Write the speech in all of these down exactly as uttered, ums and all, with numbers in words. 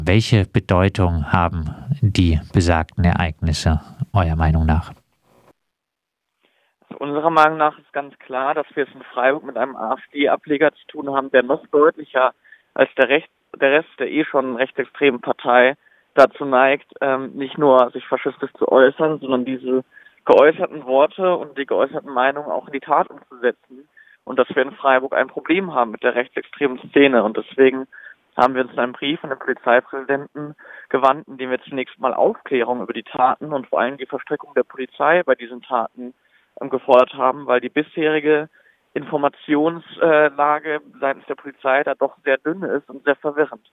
Welche Bedeutung haben die besagten Ereignisse eurer Meinung nach? Also unserer Meinung nach ist ganz klar, dass wir es in Freiburg mit einem AfD-Ableger zu tun haben, der noch deutlicher als der, Recht, der Rest der eh schon rechtsextremen Partei dazu neigt, ähm, nicht nur sich faschistisch zu äußern, sondern diese geäußerten Worte und die geäußerten Meinungen auch in die Tat umzusetzen. Und dass wir in Freiburg ein Problem haben mit der rechtsextremen Szene. Und deswegen haben wir uns in einem Brief an den Polizeipräsidenten gewandt, in dem wir zunächst mal Aufklärung über die Taten und vor allem die Verstrickung der Polizei bei diesen Taten ähm, gefordert haben, weil die bisherige Informationslage seitens der Polizei da doch sehr dünn ist und sehr verwirrend.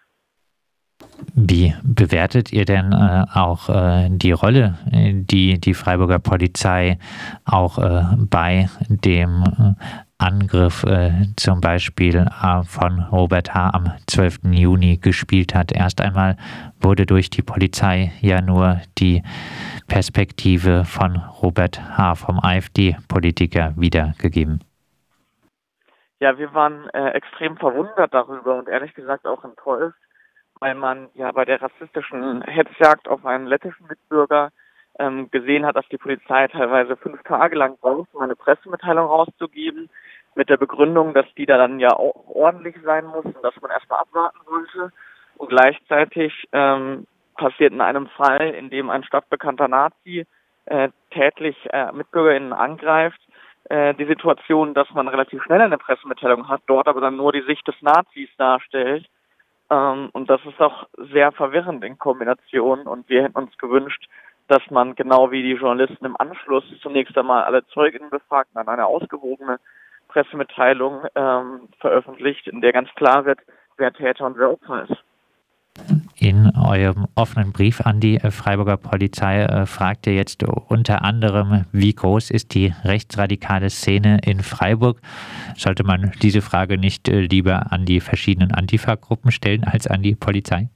Wie bewertet ihr denn äh, auch äh, die Rolle, die die Freiburger Polizei auch äh, bei dem äh, Angriff äh, zum Beispiel äh, von Robert H. am zwölften Juni gespielt hat? Erst einmal wurde durch die Polizei ja nur die Perspektive von Robert H., vom AfD-Politiker, wiedergegeben. Ja, wir waren äh, extrem verwundert darüber und ehrlich gesagt auch enttäuscht, weil man ja bei der rassistischen Hetzjagd auf einen lettischen Mitbürger ähm, gesehen hat, dass die Polizei teilweise fünf Tage lang braucht, um eine Pressemitteilung rauszugeben, mit der Begründung, dass die da dann ja auch ordentlich sein muss und dass man erstmal abwarten wollte. Und gleichzeitig ähm, passiert in einem Fall, in dem ein stadtbekannter Nazi äh, tätlich äh, MitbürgerInnen angreift, äh, die Situation, dass man relativ schnell eine Pressemitteilung hat, dort aber dann nur die Sicht des Nazis darstellt. Ähm, und das ist auch sehr verwirrend in Kombination. Und wir hätten uns gewünscht, dass man genau wie die Journalisten im Anschluss zunächst einmal alle ZeugInnen befragt und dann eine ausgewogene Pressemitteilung ähm, veröffentlicht, in der ganz klar wird, wer Täter und wer Opfer ist. In eurem offenen Brief an die Freiburger Polizei äh, fragt ihr jetzt unter anderem, wie groß ist die rechtsradikale Szene in Freiburg? Sollte man diese Frage nicht äh, lieber an die verschiedenen Antifa-Gruppen stellen als an die Polizei?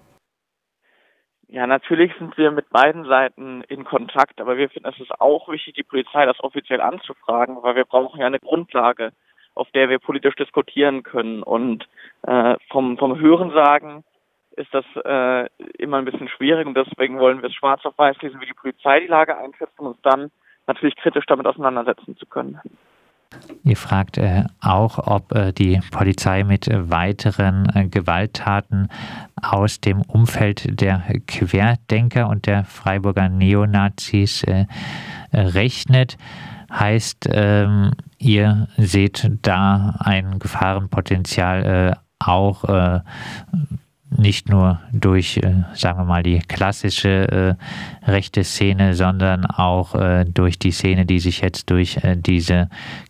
Ja, natürlich sind wir mit beiden Seiten in Kontakt, aber wir finden, es ist auch wichtig, die Polizei das offiziell anzufragen, weil wir brauchen ja eine Grundlage, auf der wir politisch diskutieren können. Und äh, vom, vom Hörensagen ist das äh, immer ein bisschen schwierig und deswegen wollen wir es schwarz auf weiß lesen, wie die Polizei die Lage einschätzt, um uns dann natürlich kritisch damit auseinandersetzen zu können. Ihr fragt äh, auch, ob äh, die Polizei mit äh, weiteren äh, Gewalttaten aus dem Umfeld der Querdenker und der Freiburger Neonazis äh, äh, rechnet. Heißt, ähm, ihr seht da ein Gefahrenpotenzial äh, auch äh, nicht nur durch, äh, sagen wir mal, die klassische äh, rechte Szene, sondern auch äh, durch die Szene, die sich jetzt durch äh, diese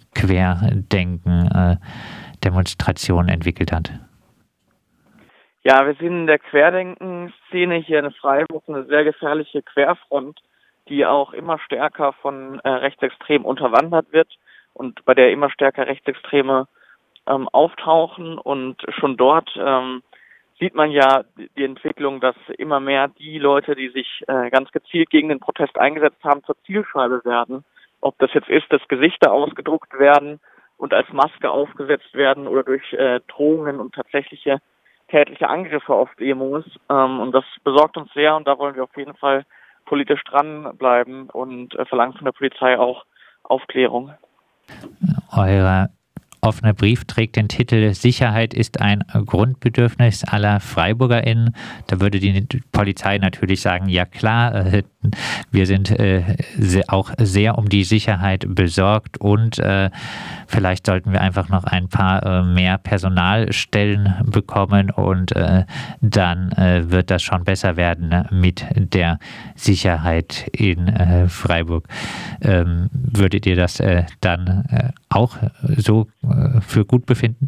Querdenken-Demonstration äh, entwickelt hat. Ja, wir sehen in der Querdenken-Szene hier in Freiburg eine sehr gefährliche Querfront, die auch immer stärker von äh, Rechtsextremen unterwandert wird und bei der immer stärker Rechtsextreme ähm, auftauchen. Und schon dort ähm, sieht man ja die Entwicklung, dass immer mehr die Leute, die sich äh, ganz gezielt gegen den Protest eingesetzt haben, zur Zielscheibe werden. Ob das jetzt ist, dass Gesichter ausgedruckt werden und als Maske aufgesetzt werden oder durch äh, Drohungen und tatsächliche tätliche Angriffe auf Demos. Ähm, und das besorgt uns sehr und da wollen wir auf jeden Fall politisch dranbleiben und äh, verlangen von der Polizei auch Aufklärung. Euer offener Brief trägt den Titel „Sicherheit ist ein Grundbedürfnis aller FreiburgerInnen“. Da würde die Polizei natürlich sagen, ja klar, äh, wir sind äh, auch sehr um die Sicherheit besorgt und äh, vielleicht sollten wir einfach noch ein paar äh, mehr Personalstellen bekommen und äh, dann äh, wird das schon besser werden mit der Sicherheit in äh, Freiburg. Ähm, würdet ihr das äh, dann äh, auch so äh, für gut befinden?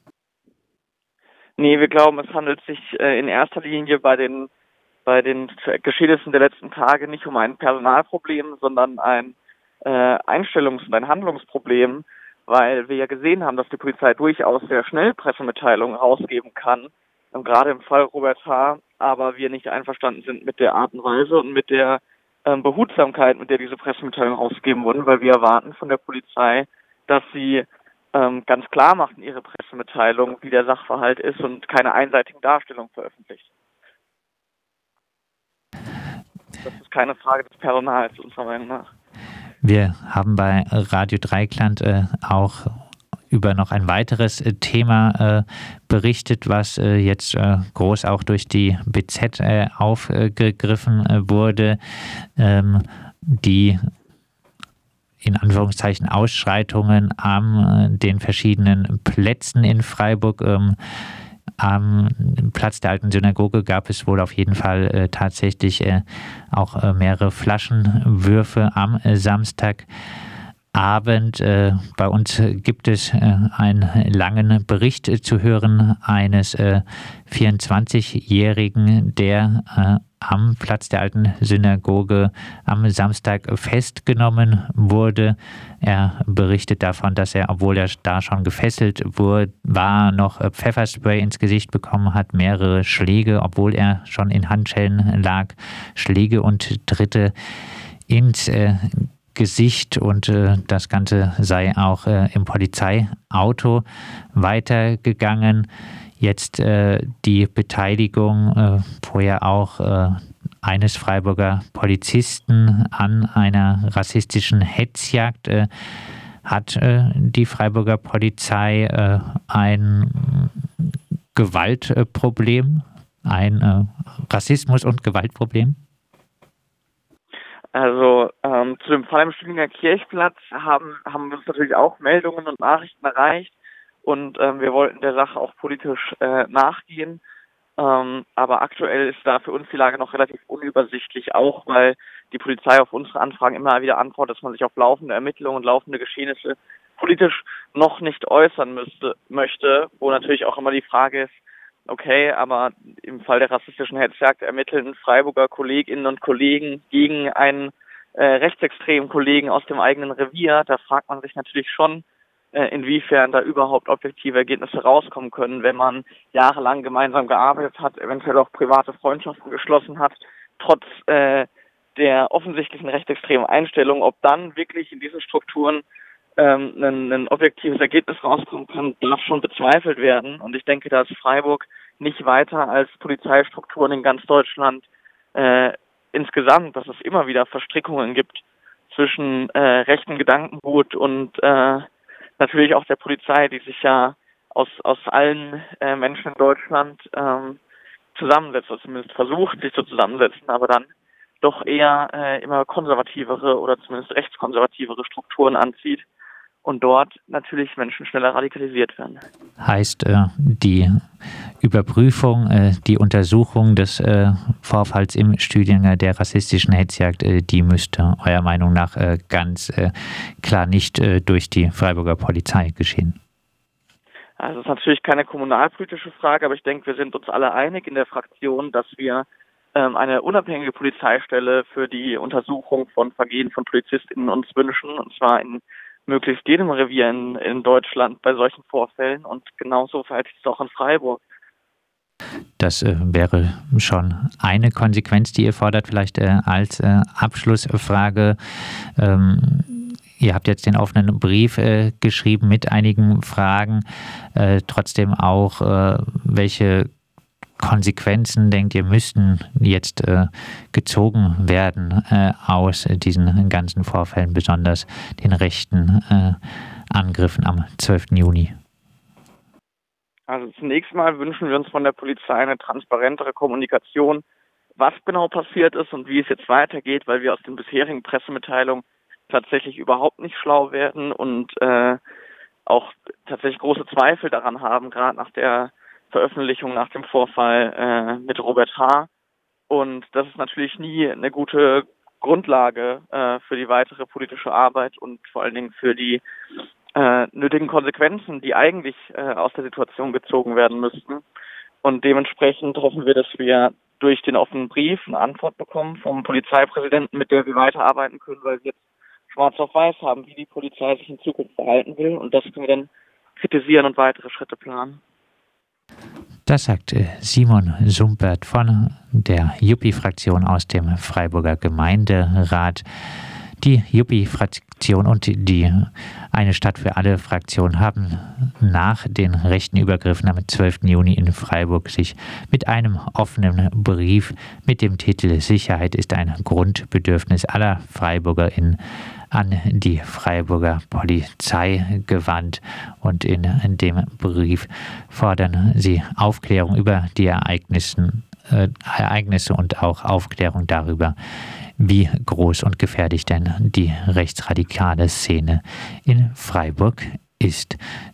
Nee, wir glauben, es handelt sich äh, in erster Linie bei den bei den Geschehnissen der letzten Tage nicht um ein Personalproblem, sondern ein äh, Einstellungs- und ein Handlungsproblem, weil wir ja gesehen haben, dass die Polizei durchaus sehr schnell Pressemitteilungen rausgeben kann, und gerade im Fall Robert H., aber wir nicht einverstanden sind mit der Art und Weise und mit der ähm, Behutsamkeit, mit der diese Pressemitteilungen rausgegeben wurden, weil wir erwarten von der Polizei, dass sie ähm, ganz klar macht in ihre Pressemitteilung, wie der Sachverhalt ist und keine einseitigen Darstellungen veröffentlicht. das ist keine Frage des Personals, unserer Meinung nach. Wir haben bei Radio Dreieckland äh, auch über noch ein weiteres äh, Thema äh, berichtet, was äh, jetzt äh, groß auch durch die B Z äh, aufgegriffen äh, wurde. Ähm, die in Anführungszeichen Ausschreitungen an äh, den verschiedenen Plätzen in Freiburg. Ähm, am Platz der alten Synagoge gab es wohl auf jeden Fall äh, tatsächlich äh, auch äh, mehrere Flaschenwürfe am äh, Samstagabend. Äh, bei uns gibt es äh, einen langen Bericht äh, zu hören eines äh, vierundzwanzigjährigen, der äh, am Platz der alten Synagoge am Samstag festgenommen wurde. Er berichtet davon, dass er, obwohl er da schon gefesselt wurde, war, noch Pfefferspray ins Gesicht bekommen hat, mehrere Schläge, obwohl er schon in Handschellen lag, Schläge und Tritte ins äh, Gesicht, und äh, das Ganze sei auch äh, im Polizeiauto weitergegangen. Jetzt äh, die Beteiligung äh, vorher auch äh, eines Freiburger Polizisten an einer rassistischen Hetzjagd. Äh, hat äh, die Freiburger Polizei äh, ein Gewaltproblem, ein äh, Rassismus- und Gewaltproblem? Also ähm, zu dem Fall am Stühlinger Kirchplatz haben, haben uns natürlich auch Meldungen und Nachrichten erreicht. Und ähm, wir wollten der Sache auch politisch äh, nachgehen. Ähm, aber aktuell ist da für uns die Lage noch relativ unübersichtlich, auch weil die Polizei auf unsere Anfragen immer wieder antwortet, dass man sich auf laufende Ermittlungen und laufende Geschehnisse politisch noch nicht äußern müsste, möchte, wo natürlich auch immer die Frage ist, okay, aber im Fall der rassistischen Hetzjagd ermitteln Freiburger Kolleginnen und Kollegen gegen einen äh, rechtsextremen Kollegen aus dem eigenen Revier. Da fragt man sich natürlich schon, inwiefern da überhaupt objektive Ergebnisse rauskommen können, wenn man jahrelang gemeinsam gearbeitet hat, eventuell auch private Freundschaften geschlossen hat, trotz äh, der offensichtlichen rechtsextremen Einstellung. Ob dann wirklich in diesen Strukturen ähm, ein, ein objektives Ergebnis rauskommen kann, darf schon bezweifelt werden. Und ich denke, da ist Freiburg nicht weiter als Polizeistrukturen in ganz Deutschland äh, insgesamt, dass es immer wieder Verstrickungen gibt zwischen äh, rechten Gedankengut und äh, natürlich auch der Polizei, die sich ja aus aus allen äh, Menschen in Deutschland ähm, zusammensetzt, oder zumindest versucht, sich zu zusammensetzen, aber dann doch eher äh, immer konservativere oder zumindest rechtskonservativere Strukturen anzieht und dort natürlich Menschen schneller radikalisiert werden. Heißt, äh, die Überprüfung, äh, die Untersuchung des äh, Vorfalls im Stühlinger der rassistischen Hetzjagd, äh, die müsste eurer Meinung nach äh, ganz äh, klar nicht äh, durch die Freiburger Polizei geschehen? Also es ist natürlich keine kommunalpolitische Frage, aber ich denke, wir sind uns alle einig in der Fraktion, dass wir ähm, eine unabhängige Polizeistelle für die Untersuchung von Vergehen von PolizistInnen uns wünschen, und zwar in möglichst jedem Revier in, in Deutschland bei solchen Vorfällen, und genauso verhält sich es auch in Freiburg. Das äh, wäre schon eine Konsequenz, die ihr fordert, vielleicht äh, als äh, Abschlussfrage. Ähm, ihr habt jetzt den offenen Brief äh, geschrieben mit einigen Fragen, äh, trotzdem auch, äh, welche Konsequenzen, denkt ihr, müssten jetzt äh, gezogen werden äh, aus äh, diesen ganzen Vorfällen, besonders den rechten äh, Angriffen am zwölften Juni? Also zunächst mal wünschen wir uns von der Polizei eine transparentere Kommunikation, was genau passiert ist und wie es jetzt weitergeht, weil wir aus den bisherigen Pressemitteilungen tatsächlich überhaupt nicht schlau werden und äh, auch tatsächlich große Zweifel daran haben, gerade nach der Veröffentlichung nach dem Vorfall äh, mit Robert H. Und das ist natürlich nie eine gute Grundlage äh, für die weitere politische Arbeit und vor allen Dingen für die äh, nötigen Konsequenzen, die eigentlich äh, aus der Situation gezogen werden müssten. Und dementsprechend hoffen wir, dass wir durch den offenen Brief eine Antwort bekommen vom Polizeipräsidenten, mit der wir weiterarbeiten können, weil wir jetzt schwarz auf weiß haben, wie die Polizei sich in Zukunft verhalten will. Und das können wir dann kritisieren und weitere Schritte planen. Das sagt Simon Sumpert von der Juppie-Fraktion aus dem Freiburger Gemeinderat. Die Juppie-Fraktion und die Eine Stadt für alle Fraktion haben nach den rechten Übergriffen am zwölften Juni in Freiburg sich mit einem offenen Brief mit dem Titel Sicherheit ist ein Grundbedürfnis aller FreiburgerInnen an die Freiburger Polizei gewandt, und in, in dem Brief fordern sie Aufklärung über die Ereignissen, äh, Ereignisse und auch Aufklärung darüber, wie groß und gefährlich denn die rechtsradikale Szene in Freiburg ist.